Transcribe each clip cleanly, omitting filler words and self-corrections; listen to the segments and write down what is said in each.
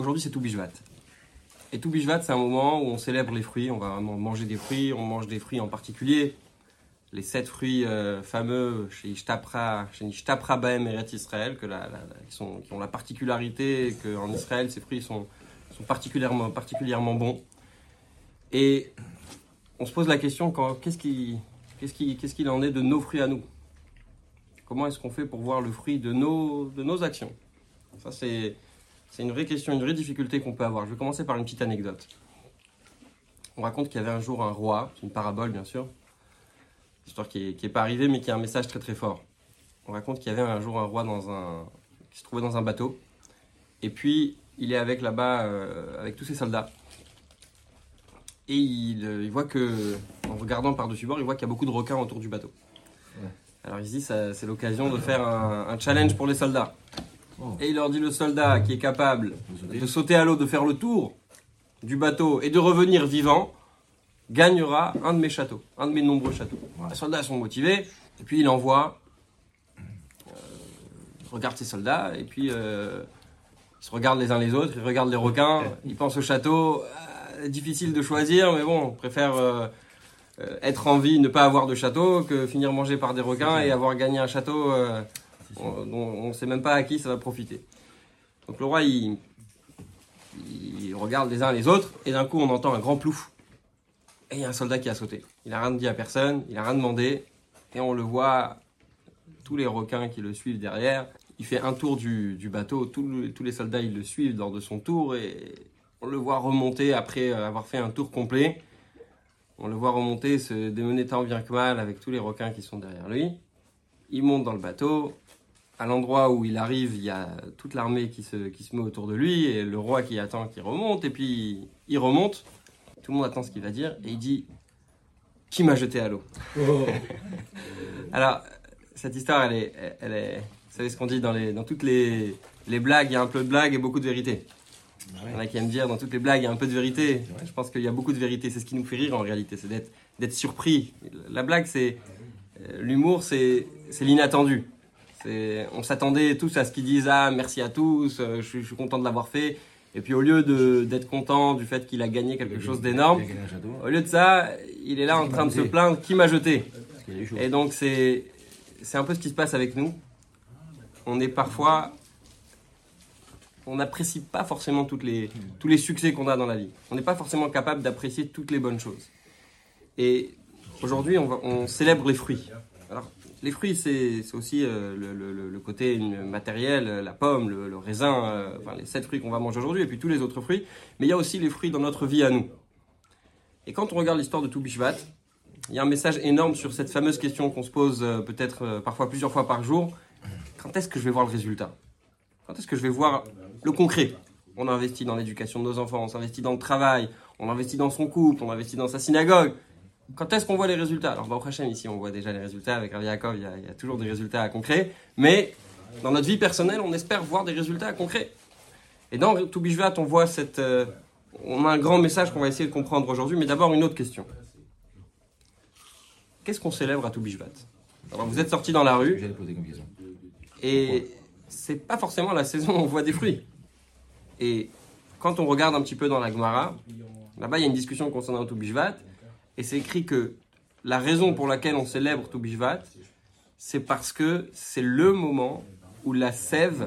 Aujourd'hui, c'est Tou Bishvat. Et Tou Bishvat, c'est un moment où on célèbre les fruits. On va vraiment manger des fruits. On mange des fruits en particulier. Les 7 fruits fameux chez Ishtapra Bahem Eretz Israël, qui ont la particularité qu'en Israël, ces fruits sont particulièrement bons. Et on se pose la question, qu'est-ce qu'il en est de nos fruits à nous? Comment est-ce qu'on fait pour voir le fruit de nos actions? Ça, c'est une vraie question, une vraie difficulté qu'on peut avoir. Je vais commencer par une petite anecdote. On raconte qu'il y avait un jour un roi, c'est une parabole bien sûr, histoire qui n'est pas arrivée mais qui a un message très très fort. On raconte qu'il y avait un jour un roi qui se trouvait dans un bateau, et puis il est avec avec tous ses soldats. Et il voit que, en regardant par-dessus bord, il voit qu'il y a beaucoup de requins autour du bateau. Ouais. Alors il se dit, c'est l'occasion de faire un challenge pour les soldats. Et il leur dit, le soldat qui est capable de sauter à l'eau, de faire le tour du bateau et de revenir vivant, gagnera un de mes châteaux, un de mes nombreux châteaux. Ouais. Les soldats sont motivés, et puis il envoie, il regarde ses soldats, et puis ils se regardent les uns les autres, ils regardent les requins, ils pensent au château. Difficile de choisir, mais bon, on préfère être en vie, ne pas avoir de château, que finir mangé par des requins et avoir gagné un château dont on ne sait même pas à qui ça va profiter. Donc le roi, il regarde les uns les autres, et d'un coup on entend un grand plouf. Et il y a un soldat qui a sauté. Il n'a rien dit à personne, il n'a rien demandé, et on le voit, tous les requins qui le suivent derrière. Il fait un tour du bateau, tous les soldats ils le suivent lors de son tour, et on le voit remonter après avoir fait un tour complet. On le voit remonter, se démener tant bien que mal avec tous les requins qui sont derrière lui. Il monte dans le bateau. À l'endroit où il arrive, il y a toute l'armée qui se met autour de lui et le roi qui attend qu'il remonte. Et puis il remonte. Tout le monde attend ce qu'il va dire. Et il dit « Qui m'a jeté à l'eau ?» Alors, cette histoire, elle est... Vous savez ce qu'on dit dans toutes les blagues, il y a un peu de blague et beaucoup de vérité. Il y en a qui aiment dire dans toutes les blagues il y a un peu de vérité. Je pense qu'il y a beaucoup de vérité. C'est ce qui nous fait rire en réalité, c'est d'être surpris. La blague, l'humour, c'est l'inattendu. On s'attendait tous à ce qu'ils disent ah merci à tous, je suis content de l'avoir fait. Et puis au lieu d'être content du fait qu'il a gagné quelque chose d'énorme, au lieu de ça, il est là en train de se plaindre qui m'a jeté. Et donc c'est un peu ce qui se passe avec nous. On n'apprécie pas forcément tous les succès qu'on a dans la vie. On n'est pas forcément capable d'apprécier toutes les bonnes choses. Et aujourd'hui, on célèbre les fruits. Alors, les fruits, c'est aussi le côté matériel, la pomme, le raisin, les 7 fruits qu'on va manger aujourd'hui, et puis tous les autres fruits. Mais il y a aussi les fruits dans notre vie à nous. Et quand on regarde l'histoire de Tou Bishvat, il y a un message énorme sur cette fameuse question qu'on se pose peut-être parfois plusieurs fois par jour. Quand est-ce que je vais voir le résultat ? Quand est-ce que je vais voir le concret? On investit dans l'éducation de nos enfants, on s'investit dans le travail, on investit dans son couple, on investit dans sa synagogue. Quand est-ce qu'on voit les résultats? Alors, Baruch Hashem, ici, on voit déjà les résultats. Avec Rav Yaakov, il y a toujours des résultats concrets. Mais dans notre vie personnelle, on espère voir des résultats concrets. Et dans Tou Bishvat, on voit on a un grand message qu'on va essayer de comprendre aujourd'hui. Mais d'abord, une autre question. Qu'est-ce qu'on célèbre à Tou Bishvat? Alors, vous êtes sortis dans la rue. J'allais poser comme question. Et c'est pas forcément la saison où on voit des fruits. Et quand on regarde un petit peu dans la Gemara, là-bas il y a une discussion concernant Tou Bishvat, et c'est écrit que la raison pour laquelle on célèbre Tou Bishvat, c'est parce que c'est le moment où la sève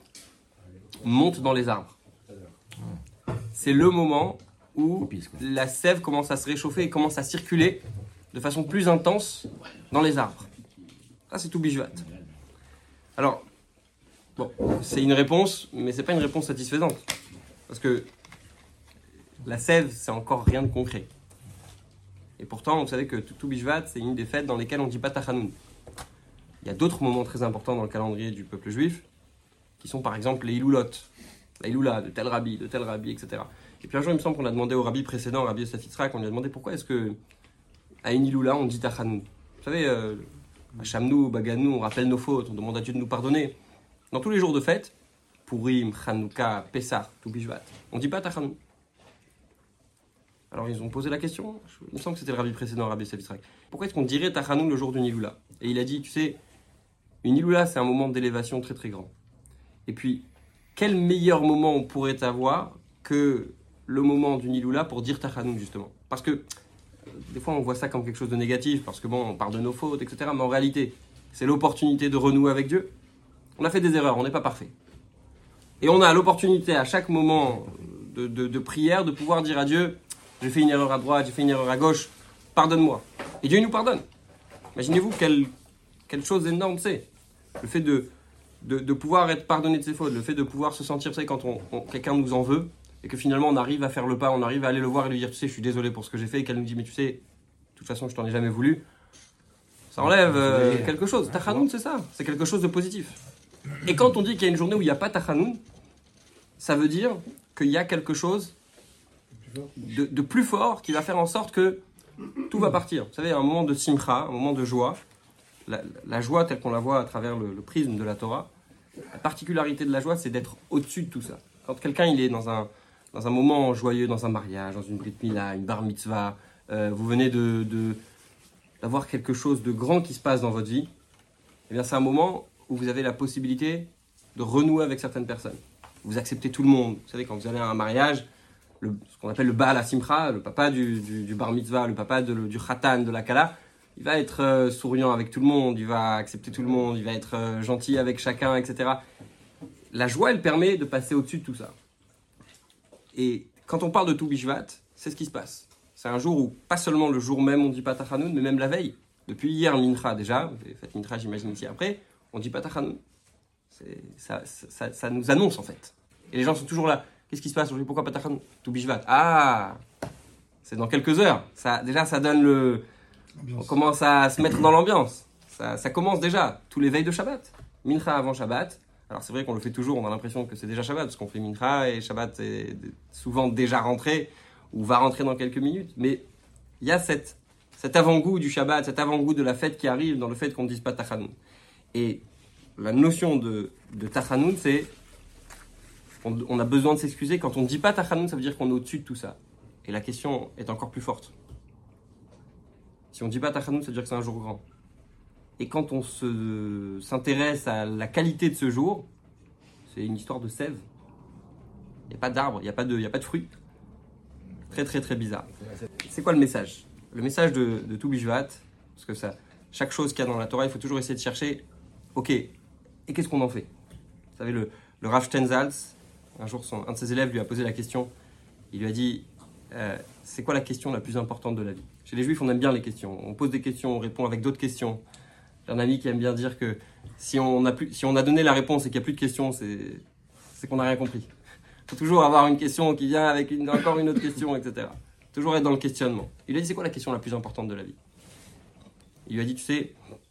monte dans les arbres. C'est le moment où la sève commence à se réchauffer et commence à circuler de façon plus intense dans les arbres. Ça, c'est Tou Bishvat. Alors, bon, c'est une réponse, mais c'est pas une réponse satisfaisante. Parce que la sève, c'est encore rien de concret. Et pourtant, vous savez que Tou Bishvat, c'est une des fêtes dans lesquelles on ne dit pas Tachanoun. Il y a d'autres moments très importants dans le calendrier du peuple juif, qui sont par exemple les Iloulot, la Iloula de tel rabbi, etc. Et puis un jour, il me semble qu'on a demandé au rabbi précédent, Rabbi Yosef Yitzhak, on lui a demandé pourquoi est-ce que à une Iloula, on dit Tachanoun. Vous savez, à Shamnou, Baganou, on rappelle nos fautes, on demande à Dieu de nous pardonner. Dans tous les jours de fête, Purim, Chanouka, Pessah, Tou Bishvat, on ne dit pas Tachanoun. Alors ils ont posé la question, il me semble que c'était le rabbi précédent, Rabbi Yosef Yitzhak. Pourquoi est-ce qu'on dirait Tachanoun le jour d'une Iloula? Et il a dit, tu sais, une Iloula c'est un moment d'élévation très très grand. Et puis, quel meilleur moment on pourrait avoir que le moment du Niloula pour dire Tachanoun justement. Parce que des fois on voit ça comme quelque chose de négatif, parce que bon, on parle de nos fautes, etc. Mais en réalité, c'est l'opportunité de renouer avec Dieu. On a fait des erreurs, on n'est pas parfait. Et on a l'opportunité à chaque moment de prière de pouvoir dire à Dieu, j'ai fait une erreur à droite, j'ai fait une erreur à gauche, pardonne-moi. Et Dieu nous pardonne. Imaginez-vous quelle chose énorme c'est. Le fait de pouvoir être pardonné de ses fautes, le fait de pouvoir se sentir, vous savez, quand quelqu'un nous en veut, et que finalement on arrive à faire le pas, on arrive à aller le voir et lui dire, tu sais, je suis désolé pour ce que j'ai fait, et qu'elle nous dit, mais tu sais, de toute façon, je t'en ai jamais voulu. Ça enlève quelque chose. Tachanoun, c'est ça. C'est quelque chose de positif. Et quand on dit qu'il y a une journée où il n'y a pas Tachanoun, ça veut dire qu'il y a quelque chose de plus fort qui va faire en sorte que tout va partir. Vous savez, un moment de simcha, un moment de joie, la joie telle qu'on la voit à travers le prisme de la Torah, la particularité de la joie, c'est d'être au-dessus de tout ça. Quand quelqu'un il est dans un moment joyeux, dans un mariage, dans une brit mila, une bar mitzvah, vous venez d'avoir quelque chose de grand qui se passe dans votre vie, eh bien c'est un moment où vous avez la possibilité de renouer avec certaines personnes. Vous acceptez tout le monde. Vous savez, quand vous allez à un mariage, ce qu'on appelle le Baal HaSimcha, le papa du bar mitzvah, le papa du Khatan, de la Kala, il va être souriant avec tout le monde, il va accepter tout le monde, il va être gentil avec chacun, etc. La joie, elle permet de passer au-dessus de tout ça. Et quand on parle de Tou Bishvat, c'est ce qui se passe. C'est un jour où, pas seulement le jour même, on dit pas Tachanoun, mais même la veille. Depuis hier, Mincha déjà, vous avez fait Mincha, j'imagine, ici après, on dit pas Tachanoun. Ça nous annonce, en fait. Et les gens sont toujours là. Qu'est-ce qui se passe aujourd'hui? Pourquoi pas Tachanoun? Tou Bishvat. Ah, c'est dans quelques heures. Déjà, ça donne on commence à se mettre dans l'ambiance. Ça commence déjà. Tous les veilles de Shabbat. Mincha avant Shabbat. Alors c'est vrai qu'on le fait toujours, on a l'impression que c'est déjà Shabbat, parce qu'on fait Mincha et Shabbat est souvent déjà rentré, ou va rentrer dans quelques minutes. Mais il y a cet avant-goût du Shabbat, cet avant-goût de la fête qui arrive dans le fait qu'on ne dise pas Tachanoun. Et la notion de Tachanoun, c'est on a besoin de s'excuser. Quand on ne dit pas Tachanoun, ça veut dire qu'on est au-dessus de tout ça. Et la question est encore plus forte. Si on ne dit pas Tachanoun, ça veut dire que c'est un jour grand. Et quand on s'intéresse à la qualité de ce jour, c'est une histoire de sève. Il n'y a pas d'arbre, il n'y a pas de fruits. Très très très bizarre. C'est quoi le message? Le message de Tou Bishvat, parce que chaque chose qu'il y a dans la Torah, il faut toujours essayer de chercher, ok, et qu'est-ce qu'on en fait? Vous savez, le Rav Stenzalz, un jour un de ses élèves lui a posé la question, il lui a dit, c'est quoi la question la plus importante de la vie? Chez les Juifs, on aime bien les questions. On pose des questions, on répond avec d'autres questions. J'ai un ami qui aime bien dire que si on a donné la réponse et qu'il n'y a plus de questions, c'est qu'on n'a rien compris. Il faut toujours avoir une question qui vient avec encore une autre question, etc. Toujours être dans le questionnement. Il lui a dit, c'est quoi la question la plus importante de la vie? Il lui a dit, tu sais,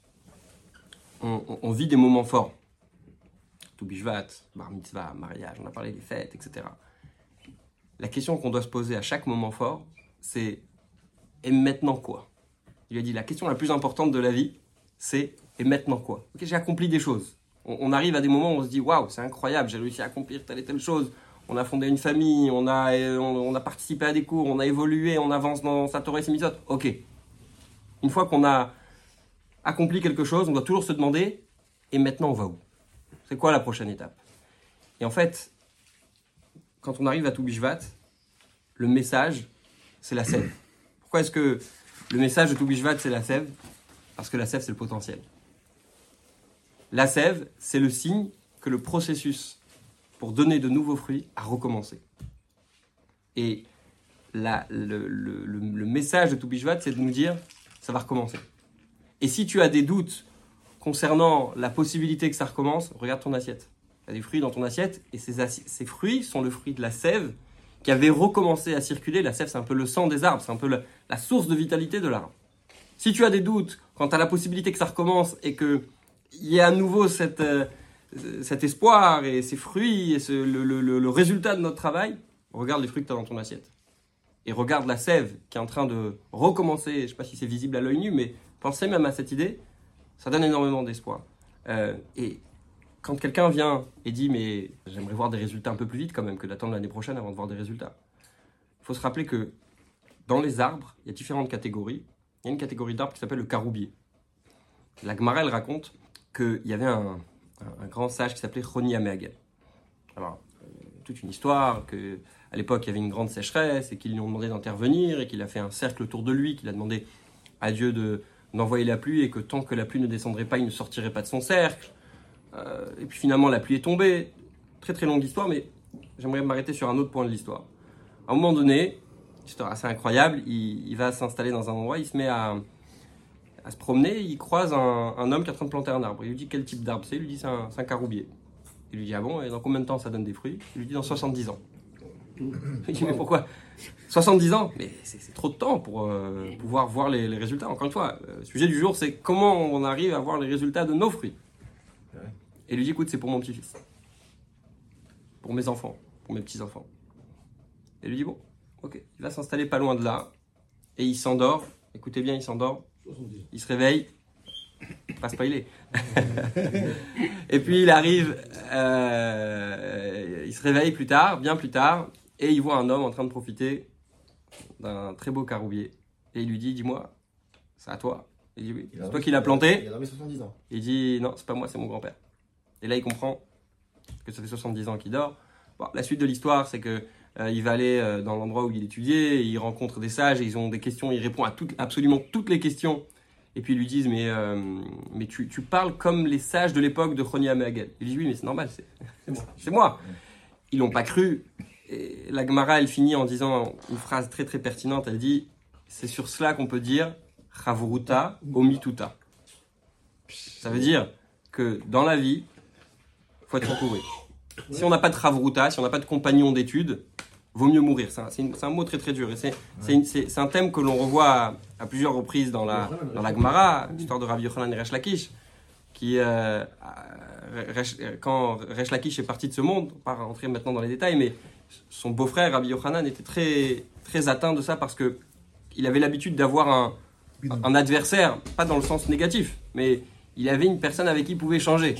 on vit des moments forts. Tou Bishvat, bar mitzvah, mariage, on a parlé des fêtes, etc. La question qu'on doit se poser à chaque moment fort, c'est et maintenant quoi? Il lui a dit, la question la plus importante de la vie, c'est et maintenant quoi? Ok, j'ai accompli des choses. On arrive à des moments où on se dit, waouh, c'est incroyable, j'ai réussi à accomplir telle et telle chose. On a fondé une famille, on a participé à des cours, on a évolué, on avance dans sa Torah et ses mitzvot. Ok. Une fois qu'on a accompli quelque chose, on doit toujours se demander, et maintenant on va où? C'est quoi la prochaine étape? Et en fait, quand on arrive à Tou Bishvat, le message, c'est la sève. Pourquoi est-ce que le message de Tou Bishvat, c'est la sève? Parce que la sève, c'est le potentiel. La sève, c'est le signe que le processus pour donner de nouveaux fruits a recommencé. Et le message de Tou Bishvat, c'est de nous dire, ça va recommencer. Et si tu as des doutes concernant la possibilité que ça recommence, regarde ton assiette. Tu as des fruits dans ton assiette, et ces fruits sont le fruit de la sève qui avait recommencé à circuler. La sève, c'est un peu le sang des arbres, c'est un peu la source de vitalité de l'arbre. Si tu as des doutes quant à la possibilité que ça recommence et qu'il y ait à nouveau cet espoir et ces fruits et le résultat de notre travail, regarde les fruits que tu as dans ton assiette. Et regarde la sève qui est en train de recommencer. Je ne sais pas si c'est visible à l'œil nu, mais pensez même à cette idée, ça donne énormément d'espoir. Et quand quelqu'un vient et dit « mais j'aimerais voir des résultats un peu plus vite quand même que d'attendre l'année prochaine avant de voir des résultats », il faut se rappeler que dans les arbres, il y a différentes catégories. Il y a une catégorie d'arbres qui s'appelle le caroubier. La Gemara, elle raconte qu'il y avait un grand sage qui s'appelait Choni Améagen. Alors, toute une histoire, qu'à l'époque, il y avait une grande sécheresse et qu'ils lui ont demandé d'intervenir et qu'il a fait un cercle autour de lui, qu'il a demandé à Dieu d'envoyer la pluie et que tant que la pluie ne descendrait pas, il ne sortirait pas de son cercle. Et puis finalement, la pluie est tombée. Très très longue histoire, mais j'aimerais m'arrêter sur un autre point de l'histoire. À un moment donné, histoire assez incroyable, il va s'installer dans un endroit, il se met à se promener, il croise un homme qui est en train de planter un arbre. Il lui dit quel type d'arbre c'est, il lui dit c'est un caroubier. Il lui dit ah bon, et dans combien de temps ça donne des fruits? Il lui dit dans 70 ans. Il dit mais pourquoi 70 ans? Mais c'est trop de temps pour pouvoir voir les résultats. Encore une fois, le sujet du jour c'est comment on arrive à voir les résultats de nos fruits. Et il lui dit écoute, c'est pour mon petit-fils. Pour mes enfants, pour mes petits-enfants. Et il lui dit bon, ok. Il va s'installer pas loin de là. Et il s'endort. Écoutez bien, il s'endort. Il se réveille. Pas spoilé. Et puis il arrive, il se réveille plus tard, bien plus tard, et il voit un homme en train de profiter d'un très beau caroubier. Et il lui dit, dis-moi, c'est à toi? Il dit oui. C'est toi qui l'as planté? Il a dormi 70 ans. Il dit non, c'est pas moi, c'est mon grand-père. Et là il comprend que ça fait 70 ans qu'il dort. Bon, la suite de l'histoire, c'est que il va aller dans l'endroit où il étudiait, il rencontre des sages, et ils ont des questions, il répond à absolument toutes les questions. Et puis ils lui disent, mais tu parles comme les sages de l'époque de Choni Hammeagel. Il dit, oui, mais c'est normal, c'est moi. Ils l'ont pas cru. Et la Gemara, elle finit en disant une phrase très très pertinente, elle dit, c'est sur cela qu'on peut dire, Chavruta omituta. Ça veut dire que dans la vie, il faut être entouré. Si on n'a pas de Chavruta, si on n'a pas de compagnon d'études, vaut mieux mourir. C'est un mot très très dur. Et c'est un thème que l'on revoit à plusieurs reprises dans la Gemara, l'histoire de Rabbi Yochanan et Resh Lakish, qui, quand Resh Lakish est parti de ce monde, on va pas rentrer maintenant dans les détails, mais son beau-frère Rabbi Yochanan était très, très atteint de ça parce qu'il avait l'habitude d'avoir un adversaire, pas dans le sens négatif, mais il avait une personne avec qui il pouvait échanger.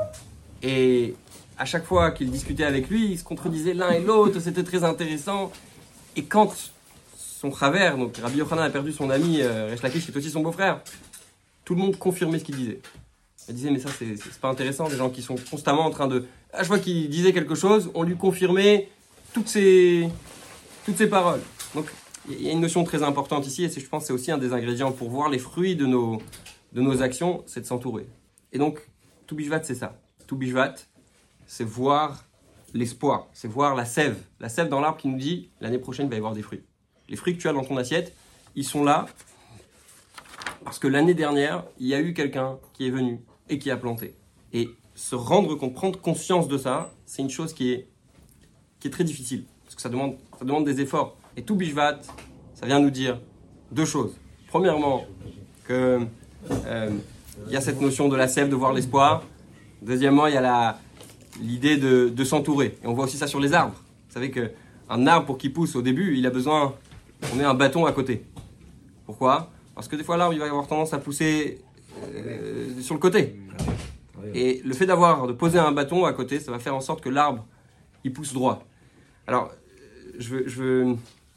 Et à chaque fois qu'il discutait avec lui, ils se contredisaient l'un et l'autre, c'était très intéressant. Et quand son chaver, donc Rabbi Yochanan a perdu son ami, Resh Lakish, qui est aussi son beau-frère, tout le monde confirmait ce qu'il disait. Il disait, mais ça, c'est pas intéressant, des gens qui sont constamment en train de... À chaque fois qu'il disait quelque chose, on lui confirmait toutes ses paroles. Donc, il y a une notion très importante ici, et je pense que c'est aussi un des ingrédients pour voir les fruits de nos actions, c'est de s'entourer. Et donc, tout Bishvat, c'est ça. Tout Bishvat, c'est voir l'espoir, c'est voir la sève dans l'arbre qui nous dit l'année prochaine il va y avoir des fruits. Les fruits que tu as dans ton assiette, ils sont là parce que l'année dernière, il y a eu quelqu'un qui est venu et qui a planté. Et se rendre compte, prendre conscience de ça, c'est une chose qui est très difficile parce que ça demande des efforts. Et tout Bishvat, ça vient nous dire deux choses. Premièrement, que il y a cette notion de la sève, de voir l'espoir. Deuxièmement, il y a l'idée de s'entourer. Et on voit aussi ça sur les arbres. Vous savez qu'un arbre, pour qu'il pousse au début, il a besoin qu'on ait un bâton à côté. Pourquoi? Parce que des fois, l'arbre, il va avoir tendance à pousser sur le côté. Et le fait de poser un bâton à côté, ça va faire en sorte que l'arbre, il pousse droit. Alors, je veux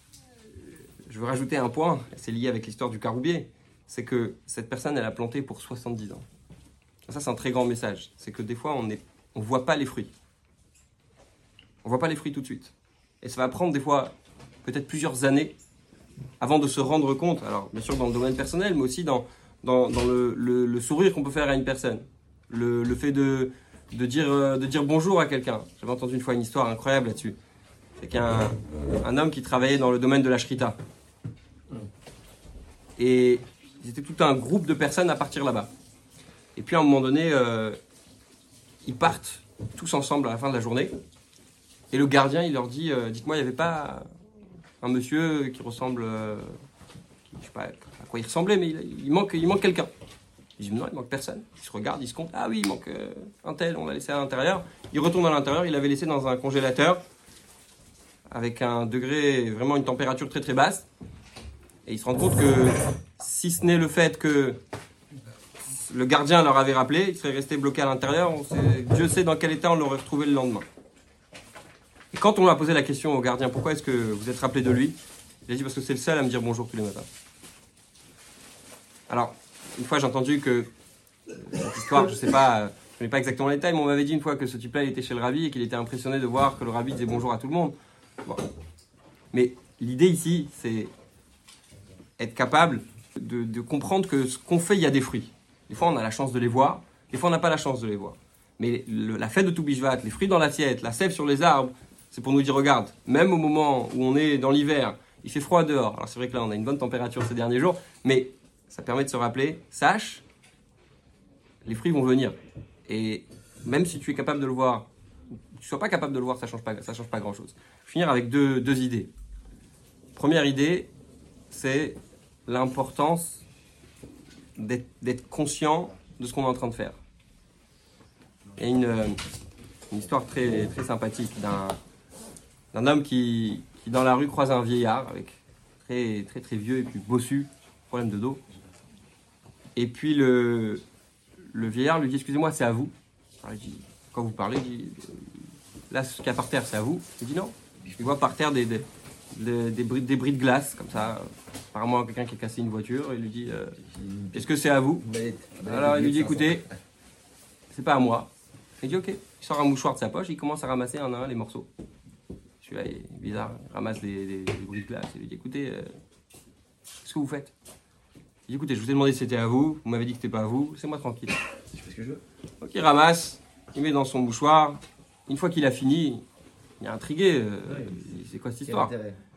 rajouter un point, c'est lié avec l'histoire du caroubier, c'est que cette personne, elle a planté pour 70 ans. Ça, c'est un très grand message. C'est que des fois, on ne voit pas les fruits. On ne voit pas les fruits tout de suite. Et ça va prendre des fois peut-être plusieurs années avant de se rendre compte, alors bien sûr dans le domaine personnel, mais aussi dans le sourire qu'on peut faire à une personne. Le fait de dire bonjour à quelqu'un. J'avais entendu une fois une histoire incroyable là-dessus. C'est qu'un homme qui travaillait dans le domaine de la shrita. Et ils étaient tout un groupe de personnes à partir là-bas. Et puis à un moment donné, ils partent tous ensemble à la fin de la journée. Et le gardien, il leur dit, dites-moi, il n'y avait pas un monsieur qui ressemble, je ne sais pas à quoi il ressemblait, mais il manque quelqu'un. Ils disent, non, il manque personne. Ils se regardent, ils se comptent. Ah oui, il manque un tel, on l'a laissé à l'intérieur. Il retourne à l'intérieur, il l'avait laissé dans un congélateur avec un degré, vraiment une température très très basse. Et ils se rendent compte que si ce n'est le fait que le gardien leur avait rappelé, il serait resté bloqué à l'intérieur. Dieu sait dans quel état on l'aurait retrouvé le lendemain. Et quand on a posé la question au gardien, pourquoi est-ce que vous êtes rappelé de lui? Il a dit parce que c'est le seul à me dire bonjour tous les matins. Alors, une fois j'ai entendu que cette histoire, je ne sais pas, connais pas exactement les détails, mais on m'avait dit une fois que ce type-là, il était chez le Rabbi et qu'il était impressionné de voir que le Rabbi disait bonjour à tout le monde. Bon. Mais l'idée ici, c'est être capable de comprendre que ce qu'on fait, il y a des fruits. Des fois, on a la chance de les voir, des fois, on n'a pas la chance de les voir. Mais la fête de Tou Bishvat, les fruits dans l'assiette, la sève sur les arbres, c'est pour nous dire, regarde, même au moment où on est dans l'hiver, il fait froid dehors. Alors c'est vrai que là, on a une bonne température ces derniers jours, mais ça permet de se rappeler, sache, les fruits vont venir. Et même si tu es capable de le voir, ou que tu ne sois pas capable de le voir, ça change pas grand-chose. Je vais finir avec deux idées. Première idée, c'est l'importance d'être conscient de ce qu'on est en train de faire. Il y a une histoire très, très sympathique d'un homme qui, dans la rue, croise un vieillard, avec très, très, très vieux et puis bossu, problème de dos. Et puis le vieillard lui dit, excusez-moi, c'est à vous. Alors, il dit, quand vous parlez, il dit, là, ce qu'il y a par terre, c'est à vous. Il dit non. Il voit par terre des bris de glace, comme ça. Apparemment, quelqu'un qui a cassé une voiture. Il lui dit, est-ce que c'est à vous? Alors, il lui dit, écoutez, c'est pas à moi. Il dit, ok. Il sort un mouchoir de sa poche, il commence à ramasser un à un les morceaux. Celui-là est bizarre, il ramasse les bris de glace. Il lui dit, écoutez, qu'est-ce que vous faites? Il dit, écoutez, je vous ai demandé si c'était à vous, vous m'avez dit que c'était pas à vous, laissez-moi tranquille. Je fais ce que je veux. Donc il ramasse, il met dans son mouchoir. Une fois qu'il a fini, il est intrigué. C'est quoi cette histoire?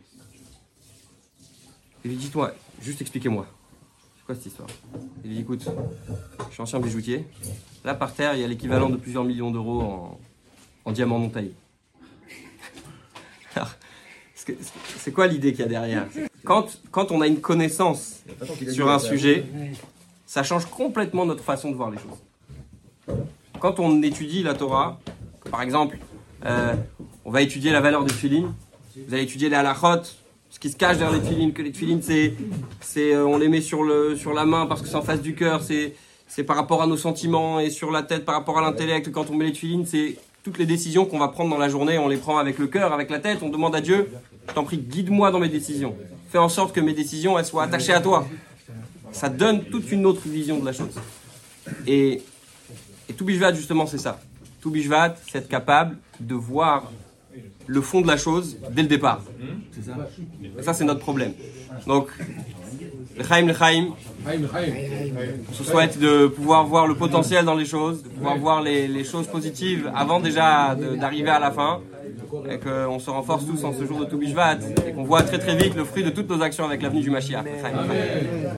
Il lui dit, toi, juste expliquez-moi. C'est quoi cette histoire? Il lui dit, écoute, je suis ancien bijoutier. Là, par terre, il y a l'équivalent de plusieurs millions d'euros en diamants non taillés. Alors, c'est quoi l'idée qu'il y a derrière? Quand on a une connaissance sur un sujet, ça change complètement notre façon de voir les choses. Quand on étudie la Torah, par exemple, on va étudier la valeur des tefilines, vous allez étudier les halachot, ce qui se cache derrière les tefilines, que les tefilines, on les met sur la main parce que c'est en face du cœur, c'est par rapport à nos sentiments, et sur la tête par rapport à l'intellect. Quand on met les tefilines, c'est toutes les décisions qu'on va prendre dans la journée, on les prend avec le cœur, avec la tête, on demande à Dieu, je t'en prie, guide-moi dans mes décisions. Fais en sorte que mes décisions, elles soient attachées à toi. Ça donne toute une autre vision de la chose. Et Tou Bishvat, justement, c'est ça. Tou Bishvat, c'est être capable de voir le fond de la chose dès le départ. C'est ça. Et ça, c'est notre problème. Donc, l'chaim, on se souhaite de pouvoir voir le potentiel dans les choses, de pouvoir voir les choses positives avant déjà d'arriver à la fin, et qu'on se renforce tous en ce jour de Tou Bishvat, et qu'on voit très très vite le fruit de toutes nos actions avec l'avenue du Mashiach.